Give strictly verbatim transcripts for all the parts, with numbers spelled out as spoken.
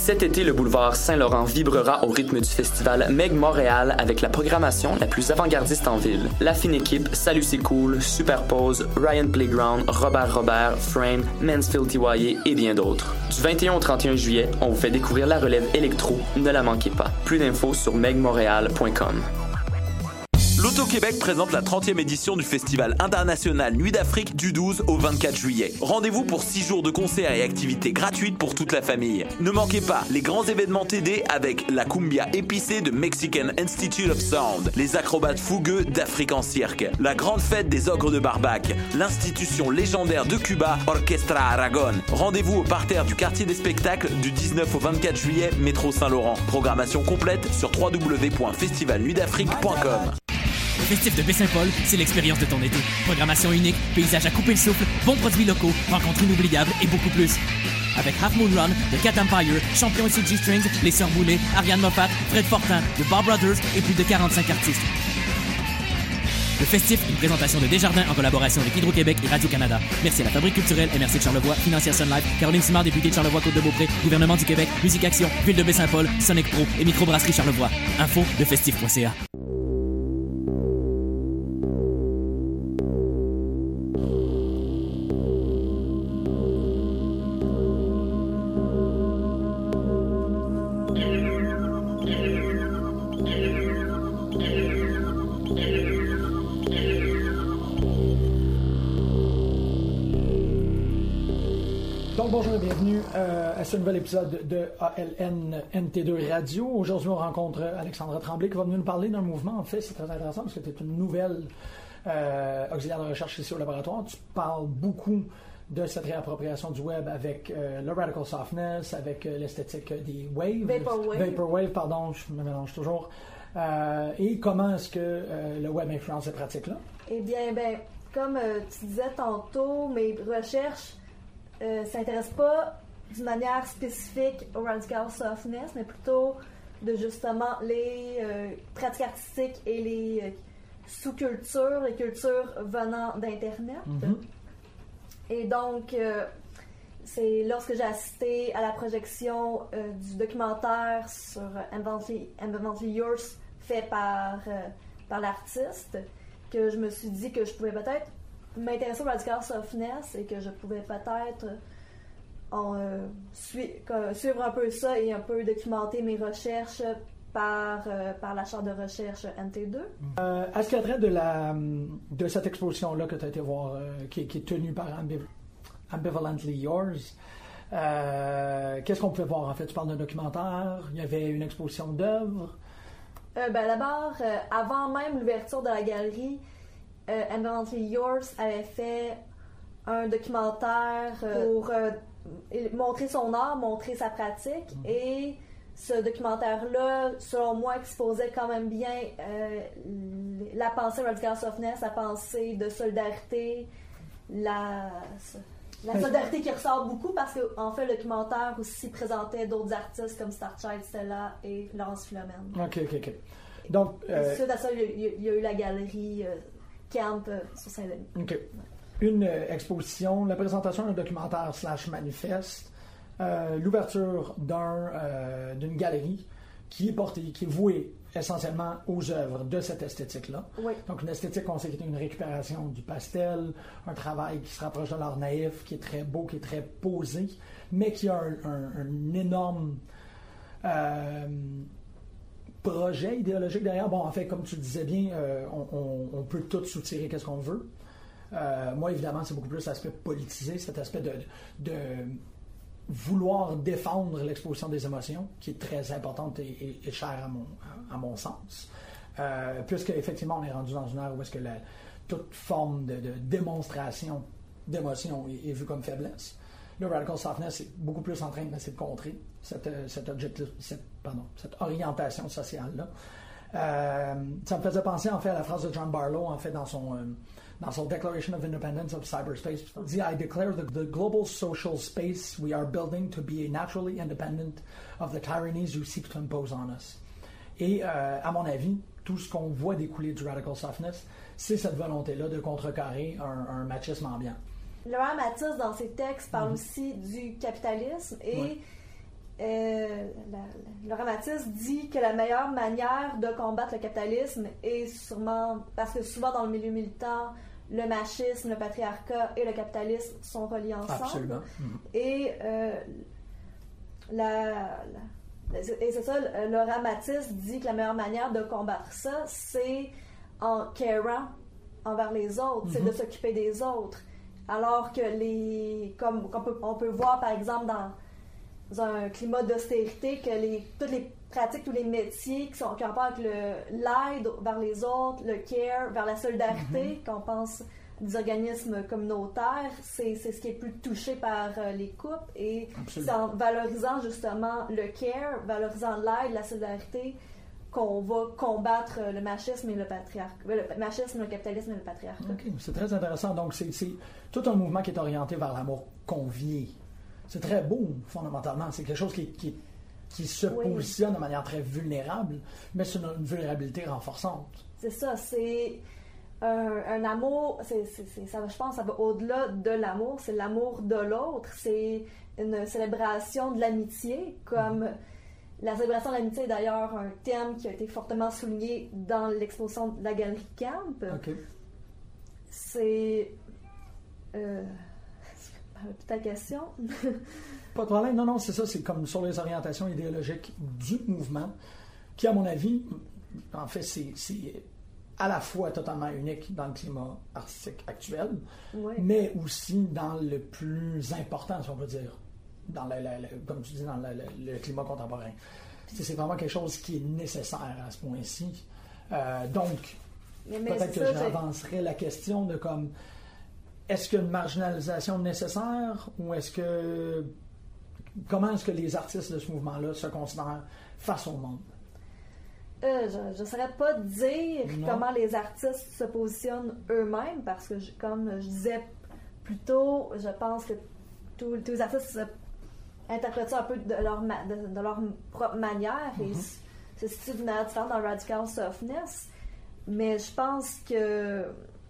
Cet été, le boulevard Saint-Laurent vibrera au rythme du festival Meg Montréal avec la programmation la plus avant-gardiste en ville. La fine équipe, Salut c'est cool, Superpose, Ryan Playground, Robert Robert, Frame, Mansfield T Y A et bien d'autres. Du vingt et un au trente et un juillet, on vous fait découvrir la relève électro. Ne la manquez pas. Plus d'infos sur meg montréal point com. L'Auto-Québec présente la trentième édition du Festival international Nuit d'Afrique du douze au vingt-quatre juillet. Rendez-vous pour six jours de concerts et activités gratuites pour toute la famille. Ne manquez pas les grands événements T D avec la cumbia épicée de Mexican Institute of Sound, les acrobates fougueux d'African Cirque, la grande fête des ogres de Barbac, l'institution légendaire de Cuba, Orchestra Aragon. Rendez-vous au parterre du quartier des spectacles du dix-neuf au vingt-quatre juillet, métro Saint-Laurent. Programmation complète sur w w w point festival nuit d'afrique point com. Le Festif de Baie-Saint-Paul, c'est l'expérience de ton été. Programmation unique, paysages à couper le souffle, bons produits locaux, rencontres inoubliables et beaucoup plus. Avec Half Moon Run, The Cat Empire, Champion et C G Strings, Les Sœurs Boulay, Ariane Moffat, Fred Fortin, The Bar Brothers et plus de quarante-cinq artistes. Le Festif, une présentation de Desjardins en collaboration avec Hydro-Québec et Radio-Canada. Merci à la Fabrique culturelle M R C de Charlevoix, Financière Sun Life, Caroline Simard, députée de Charlevoix-Côte-de-Beaupré, Gouvernement du Québec, Musique Action, Ville de Baie-Saint-Paul, Sonic Pro et Microbrasserie Charlevoix. Info, lefestif point c a. Bonjour et bienvenue euh, à ce nouvel épisode de A L N N T deux Radio. Aujourd'hui, on rencontre Alexandra Tremblay qui va venir nous parler d'un mouvement. En fait, c'est très intéressant parce que tu es une nouvelle euh, auxiliaire de recherche ici au laboratoire. Tu parles beaucoup de cette réappropriation du web avec euh, le Radical Softness, avec euh, l'esthétique des waves. Vaporwave. Vaporwave, pardon, je me mélange toujours. Euh, et comment est-ce que euh, le web influence ces pratiques-là? Eh bien, ben, comme euh, tu disais tantôt, mes recherches Euh, s'intéresse pas d'une manière spécifique au Radical Softness, mais plutôt de justement les euh, pratiques artistiques et les euh, sous-cultures, les cultures venant d'Internet. Mm-hmm. Et donc, euh, c'est lorsque j'ai assisté à la projection euh, du documentaire sur Inventively, Inventively Yours fait par, euh, par l'artiste que je me suis dit que je pouvais peut-être m'intéresser au Radical Softness et que je pouvais peut-être en, euh, sui- suivre un peu ça et un peu documenter mes recherches par, euh, par la chaire de recherche N T deux. Euh, à ce qui a trait de, la, de cette exposition-là que tu as été voir, euh, qui, qui est tenue par Ambiv- Ambivalently Yours, euh, qu'est-ce qu'on pouvait voir en fait? Tu parles d'un documentaire, il y avait une exposition d'œuvres? Euh, ben, d'abord, euh, avant même l'ouverture de la galerie, Euh, Ambivalently Yours avait fait un documentaire euh, pour euh, montrer son art, montrer sa pratique. Mm-hmm. Et ce documentaire-là, selon moi, exposait quand même bien euh, la pensée Radical Softness, la pensée de solidarité, la, la solidarité qui ressort beaucoup parce qu'en fait, le documentaire aussi présentait d'autres artistes comme Starchild, Stella et Laurence Philomène. OK, OK, OK. Donc, euh... suite à ça, il y, a, il y a eu la galerie Euh, Camp euh, sur Saint-Denis. OK. Une euh, exposition, la présentation d'un documentaire slash manifeste, euh, l'ouverture d'un, euh, d'une galerie qui est portée, qui est vouée essentiellement aux œuvres de cette esthétique-là. Oui. Donc une esthétique qu'on sait qui est une récupération du pastel, un travail qui se rapproche de l'art naïf, qui est très beau, qui est très posé, mais qui a un, un, un énorme euh, projet idéologique derrière. Bon, en fait, comme tu le disais bien, euh, on, on, on peut tout soutirer qu'est-ce qu'on veut. Euh, moi, évidemment, c'est beaucoup plus l'aspect politisé, cet aspect de, de, de vouloir défendre l'exposition des émotions, qui est très importante et, et, et chère à mon, à, à mon sens. Euh, puisque, effectivement, on est rendu dans une ère où est-ce que la, toute forme de, de démonstration d'émotion est, est vue comme faiblesse. Le Radical Softness est beaucoup plus en train d'essayer de contrer cette, cette, objectif, cette, pardon, cette orientation sociale-là. Euh, ça me faisait penser, en fait, à la phrase de John Barlow, en fait, dans son, euh, dans son Declaration of Independence of Cyberspace. Il dit, I declare the, the global social space we are building to be naturally independent of the tyrannies you seek to impose on us. Et, euh, à mon avis, tout ce qu'on voit découler du Radical Softness, c'est cette volonté-là de contrecarrer un, un machisme ambiant. Laurent Matisse, dans ses textes, parle mmh. aussi du capitalisme et ouais. euh, la, Laura Mathis dit que la meilleure manière de combattre le capitalisme est sûrement, parce que souvent dans le milieu militant, le machisme, le patriarcat et le capitalisme sont reliés ensemble. Absolument. Et, euh, la, la, et c'est ça, Laura Mathis dit que la meilleure manière de combattre ça, c'est en carant envers les autres, mm-hmm. c'est de s'occuper des autres. Alors que les, comme on peut, on peut voir par exemple dans, dans un climat d'austérité, que les, toutes les pratiques, tous les métiers qui, sont, qui ont rapport avec le, l'aide vers les autres, le care, vers la solidarité, mm-hmm. qu'on pense des organismes communautaires, c'est, c'est ce qui est plus touché par euh, les couples. Et Absolument. C'est en valorisant justement le care, valorisant l'aide, la solidarité, qu'on va combattre le machisme et le patriarcat. Le machisme, le capitalisme et le patriarcat. Okay. C'est très intéressant. Donc, c'est, c'est tout un mouvement qui est orienté vers l'amour convié. C'est très beau, fondamentalement. C'est quelque chose qui, qui, qui se oui. positionne de manière très vulnérable, mais c'est une, une vulnérabilité renforçante. C'est ça. C'est un, un amour, c'est, c'est, c'est, ça, je pense, ça va au-delà de l'amour. C'est l'amour de l'autre. C'est une célébration de l'amitié, comme... Mm-hmm. La célébration de l'amitié est d'ailleurs un thème qui a été fortement souligné dans l'exposition de la galerie Camp. Okay. C'est... Euh, ta question? Pas de problème. Non, non, c'est ça. C'est comme sur les orientations idéologiques du mouvement, qui, à mon avis, en fait, c'est, c'est à la fois totalement unique dans le climat artistique actuel, oui. mais aussi dans le plus important, si on peut dire. Dans le, le, le, comme tu dis, dans le, le, le climat contemporain. C'est, c'est vraiment quelque chose qui est nécessaire à ce point-ci. Euh, donc, mais, mais peut-être que ça, j'avancerais j'ai... la question de comme, est-ce qu'il y a une marginalisation nécessaire ou est-ce que... Comment est-ce que les artistes de ce mouvement-là se considèrent face au monde? Euh, je ne saurais pas dire non. comment les artistes se positionnent eux-mêmes parce que, je, comme je disais plus tôt, je pense que tous, tous les artistes se interprètent ça un peu de leur, ma- de, de leur propre manière mm-hmm. et se situent d'une manière différente dans Radical Softness. Mais je pense que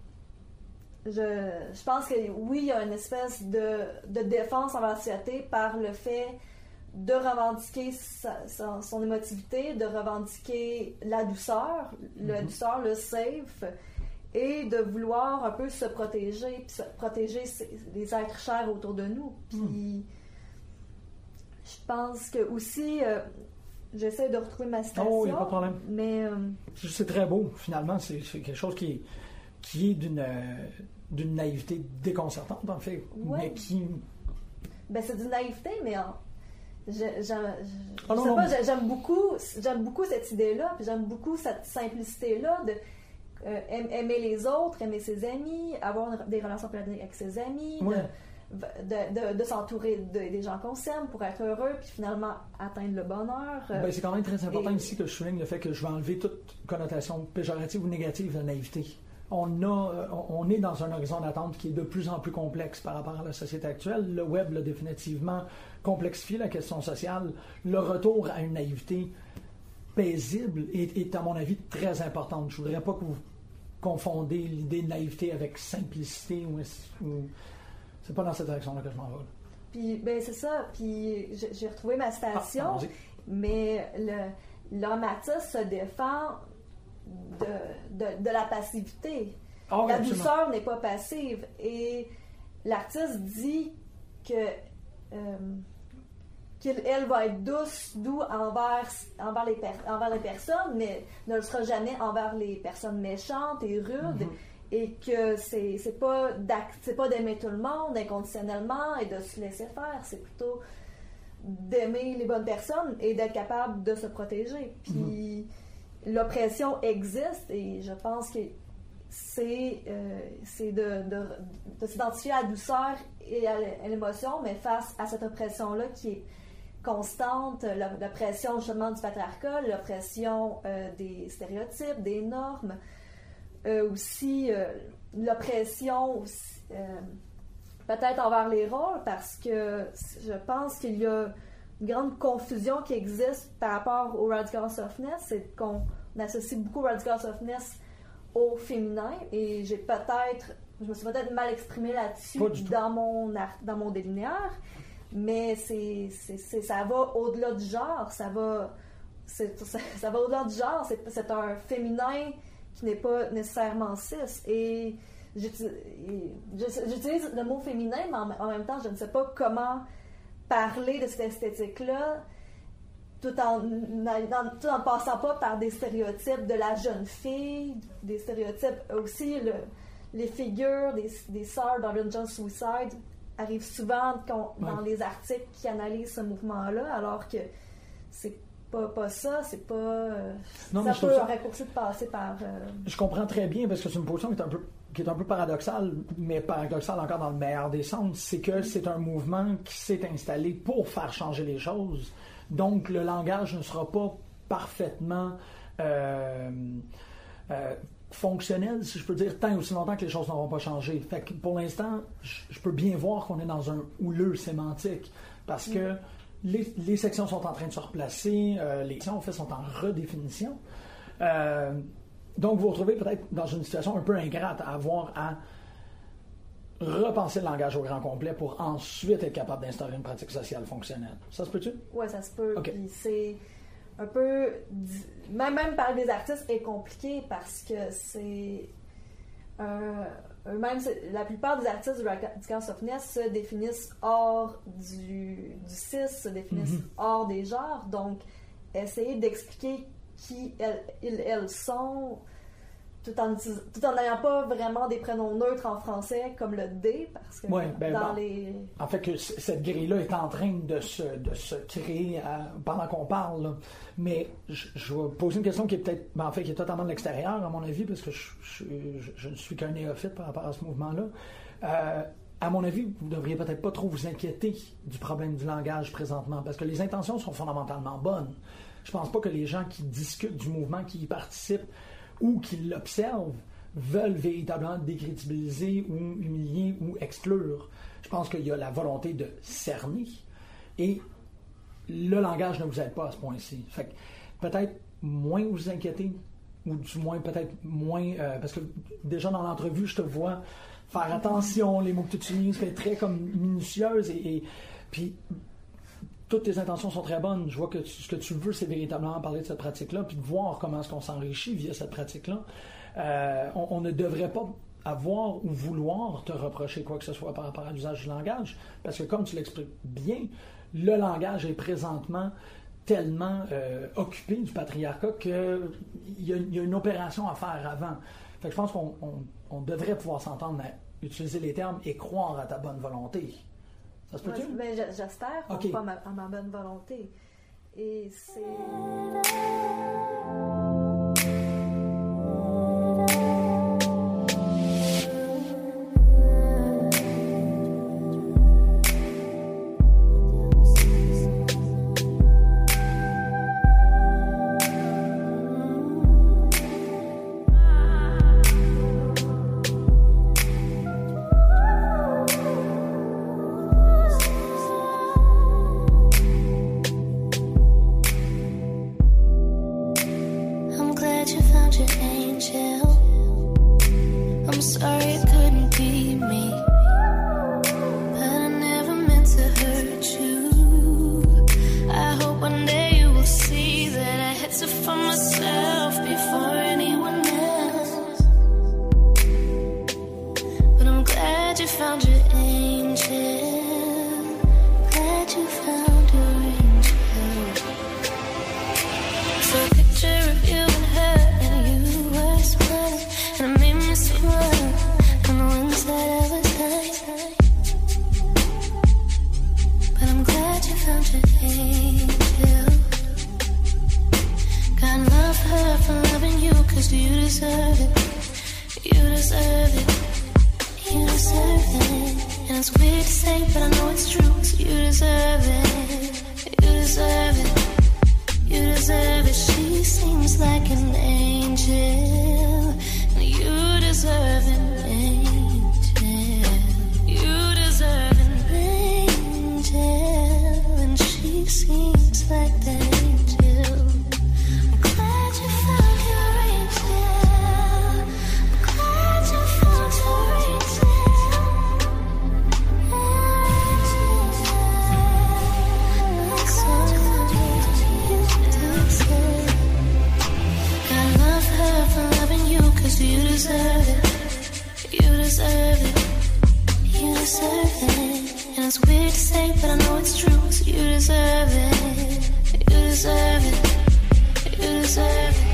je, je pense que oui, il y a une espèce de, de défense envers la société par le fait de revendiquer sa, sa, son émotivité, de revendiquer la douceur, mm-hmm. la douceur, le safe, et de vouloir un peu se protéger, puis se protéger les êtres chers autour de nous. Puis mm. je pense que aussi, euh, j'essaie de retrouver ma citation. Oh, il n'y a pas de problème. Mais euh, c'est très beau, finalement. C'est, c'est quelque chose qui est, qui est d'une, euh, d'une naïveté déconcertante, en fait. Ouais. Mais qui... Ben, c'est d'une naïveté, mais en... je, je, je, oh, je non, sais non, pas, mais... j'aime beaucoup, j'aime beaucoup cette idée-là, puis j'aime beaucoup cette simplicité-là de euh, aimer les autres, aimer ses amis, avoir une, des relations platoniques avec ses amis, ouais. de, de, de, de s'entourer de, des gens qu'on s'aime pour être heureux, puis finalement atteindre le bonheur. Euh, ben, c'est quand même très important et... ici que je souligne le fait que je vais enlever toute connotation péjorative ou négative de naïveté. On, a, on est dans un horizon d'attente qui est de plus en plus complexe par rapport à la société actuelle. Le web l'a définitivement complexifié, la question sociale. Le retour à une naïveté paisible est, est à mon avis, très importante. Je ne voudrais pas que vous confondez l'idée de naïveté avec simplicité. Ou, ou, c'est pas dans cette direction-là que je m'en vais. Puis, ben c'est ça. Puis, j'ai, j'ai retrouvé ma citation, ah, mais le, l'homme Mathis se défend De, de, de la passivité. Oh, la absolument. douceur n'est pas passive. Et l'artiste dit que euh, qu'elle va être douce, doux envers, envers, les per, envers les personnes, mais ne le sera jamais envers les personnes méchantes et rudes. Mm-hmm. Et que c'est, c'est, pas c'est pas d'aimer tout le monde inconditionnellement et de se laisser faire. C'est plutôt d'aimer les bonnes personnes et d'être capable de se protéger. Puis mm-hmm. l'oppression existe et je pense que c'est, euh, c'est de, de, de s'identifier à la douceur et à l'émotion, mais face à cette oppression-là qui est constante, l'oppression justement du patriarcat, l'oppression euh, des stéréotypes, des normes, euh, aussi euh, l'oppression aussi, euh, peut-être envers les rôles, parce que je pense qu'il y a une grande confusion qui existe par rapport au Radical Softness, c'est qu'on associe beaucoup Radical Softness au féminin, et j'ai peut-être, je me suis peut-être mal exprimée là-dessus dans mon, art, dans mon délinéaire, mais c'est, c'est, c'est, ça va au-delà du genre, ça va, c'est, ça, ça va au-delà du genre, c'est, c'est un féminin qui n'est pas nécessairement cis, et j'utilise, j'utilise le mot féminin, mais en, en même temps, je ne sais pas comment parler de cette esthétique-là tout en, dans, tout en passant pas par des stéréotypes de la jeune fille, des stéréotypes aussi, le, les figures des, des sœurs d'Avengers Suicide arrivent souvent con, ouais. dans les articles qui analysent ce mouvement-là, alors que c'est pas, pas ça, c'est pas... Euh, non, ça peut un raccourci de passer par... Euh... Je comprends très bien, parce que c'est une position qui est un peu, qui est un peu paradoxale, mais paradoxale encore dans le meilleur des sens, c'est que c'est un mouvement qui s'est installé pour faire changer les choses. Donc, le langage ne sera pas parfaitement euh, euh, fonctionnel, si je peux dire, tant et aussi longtemps que les choses n'auront pas changé. Fait que pour l'instant, je, je peux bien voir qu'on est dans un houleux sémantique, parce que mm. les, les sections sont en train de se replacer, euh, les sections, en fait, sont en redéfinition. Euh, donc, vous vous retrouvez peut-être dans une situation un peu ingrate à avoir à repenser le langage au grand complet pour ensuite être capable d'instaurer une pratique sociale fonctionnelle. Ça se peut-tu? Oui, ça se peut. Okay. Puis c'est un peu... Même, même parler des artistes est compliqué parce que c'est... Euh, même la plupart des artistes du Radical Softness se définissent hors du, du cis, se définissent mm-hmm. hors des genres. Donc, essayer d'expliquer qui elles, ils, elles sont... Tout en, tout en n'ayant pas vraiment des prénoms neutres en français comme le D, parce que ouais, ben, dans bon, les... En fait, que c- cette grille-là est en train de se, de se créer à, pendant qu'on parle. Là. Mais je, je vais poser une question qui est peut-être, ben, en fait, qui est totalement de l'extérieur, à mon avis, parce que je, je, je, je ne suis qu'un néophyte par rapport à ce mouvement-là. Euh, à mon avis, vous ne devriez peut-être pas trop vous inquiéter du problème du langage présentement, parce que les intentions sont fondamentalement bonnes. Je pense pas que les gens qui discutent du mouvement, qui y participent, ou qui l'observent, veulent véritablement décrédibiliser ou humilier ou exclure. Je pense qu'il y a la volonté de cerner et le langage ne vous aide pas à ce point-ci. Fait que peut-être moins vous inquiéter, ou du moins peut-être moins... Euh, parce que déjà dans l'entrevue, je te vois faire attention, les mots que tu utilises, être très comme minutieuse et, et puis... Toutes tes intentions sont très bonnes. Je vois que tu, ce que tu veux, c'est véritablement parler de cette pratique-là, puis de voir comment est-ce qu'on s'enrichit via cette pratique-là. Euh, on, on ne devrait pas avoir ou vouloir te reprocher quoi que ce soit par rapport à l'usage du langage, parce que comme tu l'expliques bien, le langage est présentement tellement euh, occupé du patriarcat qu'il y, y a une opération à faire avant. Fait que je pense qu'on on, on devrait pouvoir s'entendre à utiliser les termes et croire à ta bonne volonté. Ça se peut-tu? Ouais, ben, j'espère qu'on okay. pas ma, à ma bonne volonté. Et c'est... deserve it. You deserve it. You deserve it. And it's weird to say, but I know it's true. So you deserve it. You deserve it. You deserve it.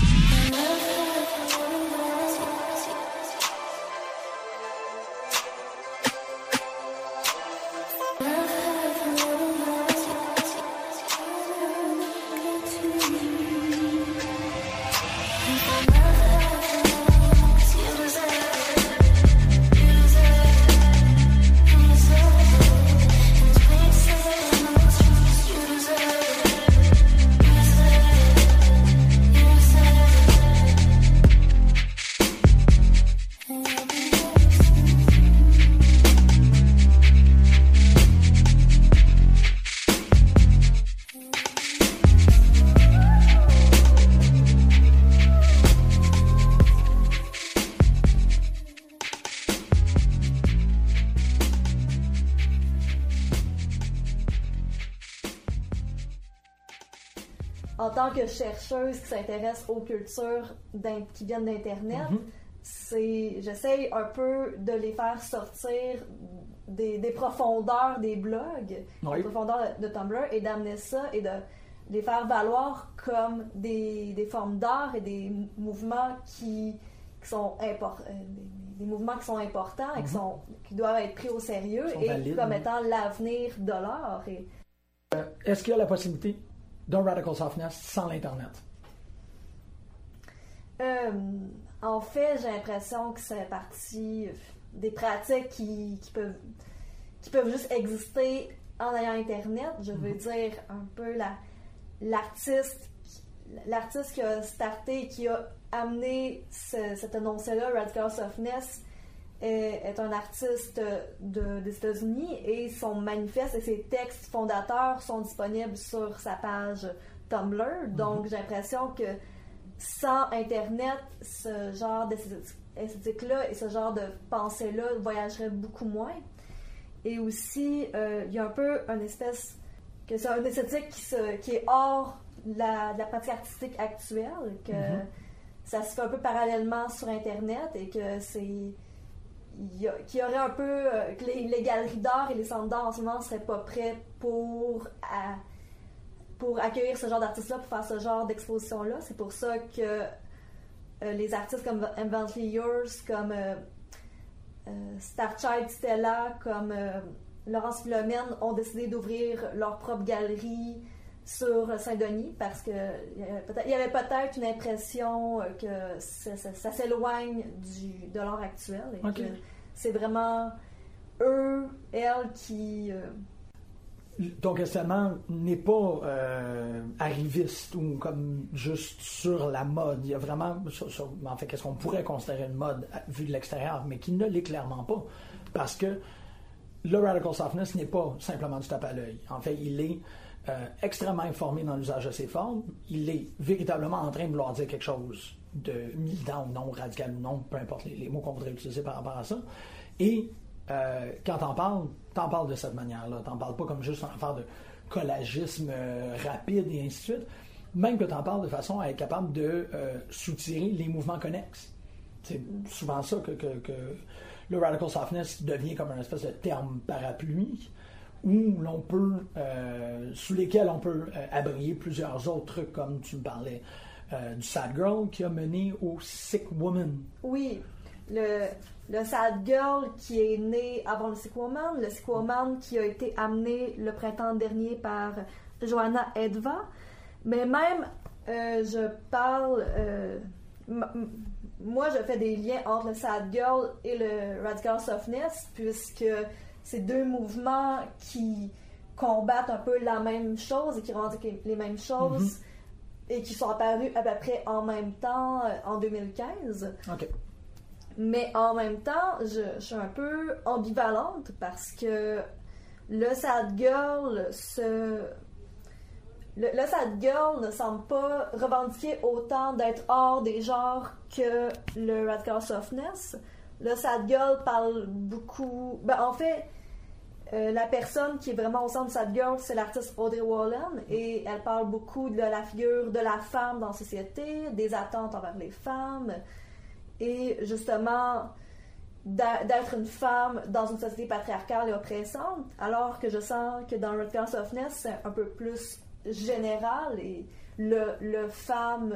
En tant que chercheuse qui s'intéresse aux cultures qui viennent d'Internet, mm-hmm. c'est, j'essaye un peu de les faire sortir des, des profondeurs des blogs, oui. des profondeurs de, de Tumblr, et d'amener ça et de les faire valoir comme des, des formes d'art et des mouvements qui, qui sont importants. Des, des mouvements qui sont importants et mm-hmm. qui, sont, qui doivent être pris au sérieux et valides, comme étant l'avenir de l'art. Et... Euh, est-ce qu'il y a la possibilité d'un Radical Softness sans l'Internet? Euh, en fait, j'ai l'impression que c'est partie des pratiques qui, qui, peuvent, qui peuvent juste exister en ayant Internet. Je veux mm-hmm. dire un peu la, l'artiste, l'artiste qui a starté, qui a amené ce, cet énoncé-là, Radical Softness, est, est un artiste de, des États-Unis et son manifeste et ses textes fondateurs sont disponibles sur sa page Tumblr. Mm-hmm. Donc, j'ai l'impression que sans Internet, ce genre d'esthétique-là et ce genre de pensée-là voyagerait beaucoup moins. Et aussi, euh, il y a un peu une espèce... que c'est une esthétique qui, se, qui est hors la, de la pratique artistique actuelle, que mm-hmm. ça se fait un peu parallèlement sur Internet et que c'est... Y a, qu'il y aurait un peu... Euh, que les, les galeries d'art et les centres d'art en ce moment ne seraient pas prêts pour, à, pour accueillir ce genre d'artistes-là, pour faire ce genre d'exposition-là. C'est pour ça que euh, les artistes comme Inventively Yours, comme euh, euh, Starchild Stella, comme euh, Laurence Philomène ont décidé d'ouvrir leur propre galerie sur Saint-Denis parce qu'il y, y avait peut-être une impression que ça, ça, ça s'éloigne du, de l'art actuel et okay. que c'est vraiment eux, elles qui... Euh... Ton questionnement n'est pas euh, arriviste ou comme juste sur la mode. Il y a vraiment, sur, sur, en fait, qu'est-ce qu'on pourrait considérer une mode vu de l'extérieur, mais qui ne l'est clairement pas parce que le Radical Softness n'est pas simplement du tape à l'œil. En fait, il est Euh, extrêmement informé dans l'usage de ses formes. Il est véritablement en train de vouloir dire quelque chose de militant ou non, radical ou non, peu importe les, les mots qu'on voudrait utiliser par rapport à ça. Et euh, quand t'en parles, t'en parles de cette manière-là. T'en parles pas comme juste une affaire de collagisme euh, rapide et ainsi de suite. Même que t'en parles de façon à être capable de euh, soutirer les mouvements connexes. C'est souvent ça que, que, que le Radical Softness devient comme un espèce de terme parapluie où l'on peut, euh, sous lesquels on peut euh, abrier plusieurs autres trucs, comme tu me parlais euh, du Sad Girl qui a mené au Sick Woman. Oui, le, le Sad Girl qui est né avant le Sick Woman, le Sick Woman qui a été amené le printemps dernier par Johanna Edva, mais même, euh, je parle, euh, m- m- moi je fais des liens entre le Sad Girl et le Radical Softness, puisque c'est deux mouvements qui combattent un peu la même chose et qui revendiquent les mêmes choses mm-hmm. et qui sont apparus à peu près en même temps euh, en deux mille quinze. Okay. Mais en même temps, je, je suis un peu ambivalente parce que le Sad Girl se... Le, le Sad Girl ne semble pas revendiquer autant d'être hors des genres que le Radical Softness. Le Sad Girl parle beaucoup... Ben, en fait, euh, la personne qui est vraiment au centre du Sad Girl, c'est l'artiste Audrey Wallen, et elle parle beaucoup de la figure de la femme dans la société, des attentes envers les femmes, et justement d'être une femme dans une société patriarcale et oppressante, alors que je sens que dans Red Girl Softness, c'est un peu plus général et le, le femme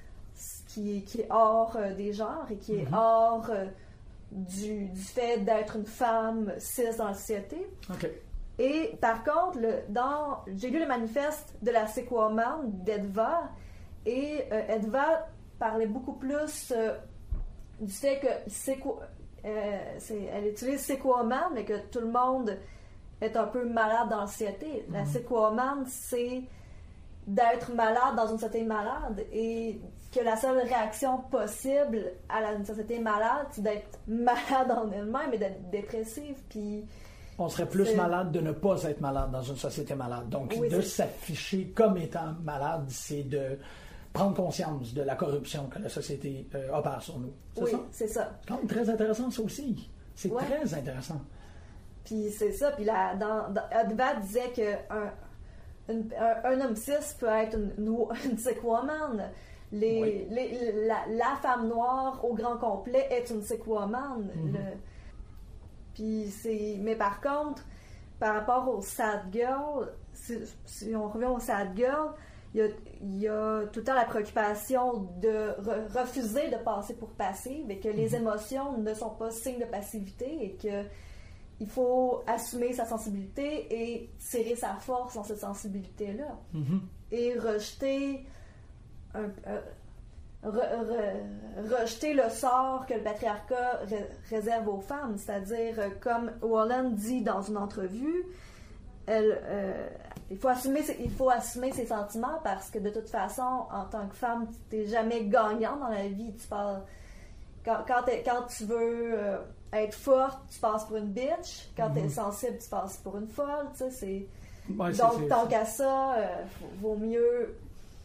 qui, qui est hors euh, des genres et qui est mm-hmm. hors euh, du, du fait d'être une femme cis dans la société. Okay. Et par contre, le, dans, j'ai lu le manifeste de la Sick Woman d'Edva, et euh, Edva parlait beaucoup plus euh, du fait que sick, euh, c'est, elle utilise Sick Woman, mais que tout le monde est un peu malade dans la société. La mm-hmm. Sick Woman, c'est d'être malade dans une société malade, et que la seule réaction possible à la, une société malade, c'est d'être malade en elle-même et d'être dépressive. Puis on serait plus c'est... malade de ne pas être malade dans une société malade. Donc, oui, de c'est... s'afficher comme étant malade, c'est de prendre conscience de la corruption que la société euh, opère sur nous. C'est oui, ça? c'est ça. C'est quand même très intéressant, ça aussi. C'est ouais. très intéressant. Puis c'est ça. Puis là, dans, dans, Adva disait qu'un un, un, un homme cis peut être une, une, une sick woman. Les, oui. les, la, la femme noire au grand complet est une sick woman. Mm-hmm. Le, puis c'est, mais par contre, par rapport au sad girl, si, si on revient au sad girl, il y a, il y a tout le temps la préoccupation de re, refuser de passer pour passive, et que les mm-hmm. émotions ne sont pas signe de passivité, et que il faut assumer sa sensibilité et tirer sa force dans cette sensibilité-là. Mm-hmm. Et rejeter un, un Re, re, rejeter le sort que le patriarcat ré, réserve aux femmes, c'est-à-dire, comme Wallen dit dans une entrevue, elle, euh, il faut assumer, il faut assumer ses sentiments, parce que de toute façon, en tant que femme, tu n'es jamais gagnant dans la vie. Tu parles, quand, quand, quand tu veux euh, être forte, tu passes pour une bitch. Quand mm-hmm. tu es sensible, tu passes pour une folle. Tu sais, c'est... Ouais, Donc, c'est, tant c'est... qu'à ça, euh, vaut mieux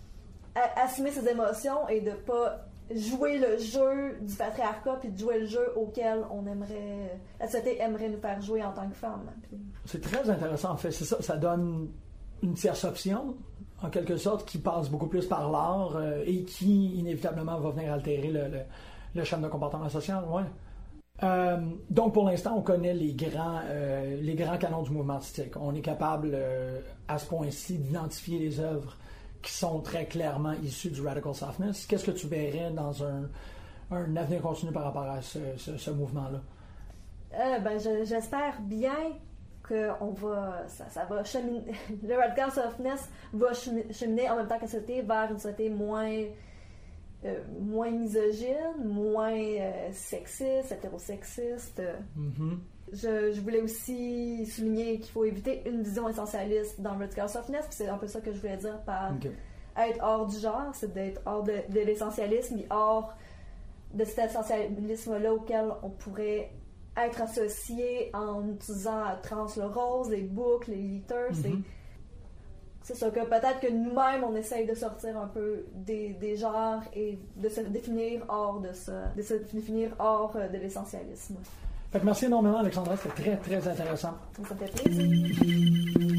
assumer ses émotions et de pas jouer le jeu du patriarcat, puis de jouer le jeu auquel on aimerait, la société aimerait nous faire jouer en tant que femme. Puis... C'est très intéressant, en fait. C'est ça, ça donne une tierce option, en quelque sorte, qui passe beaucoup plus par l'art euh, et qui, inévitablement, va venir altérer le, le, le schéma de comportement social. Ouais. Euh, donc, pour l'instant, on connaît les grands, euh, les grands canons du mouvement artistique. On est capable, euh, à ce point-ci, d'identifier les œuvres qui sont très clairement issus du Radical Softness. Qu'est-ce que tu verrais dans un, un avenir continu par rapport à ce, ce, ce mouvement-là? Euh, ben, je, j'espère bien que on va, ça, ça va cheminer, le Radical Softness va cheminer en même temps que la société vers une société moins, euh, moins misogyne, moins euh, sexiste, hétérosexiste. Mm-hmm. Je, je voulais aussi souligner qu'il faut éviter une vision essentialiste dans Radical Softness, puis c'est un peu ça que je voulais dire par okay. être hors du genre, c'est d'être hors de, de l'essentialisme, et hors de cet essentialisme-là auquel on pourrait être associé en utilisant Trans le rose, les boucles, les litters. Mm-hmm. C'est, c'est ça que peut-être que nous-mêmes, on essaye de sortir un peu des, des genres et de se définir hors de ça, de se définir hors de l'essentialisme. Fait que merci énormément, Alexandra, c'était très, très intéressant. Ça me fait plaisir.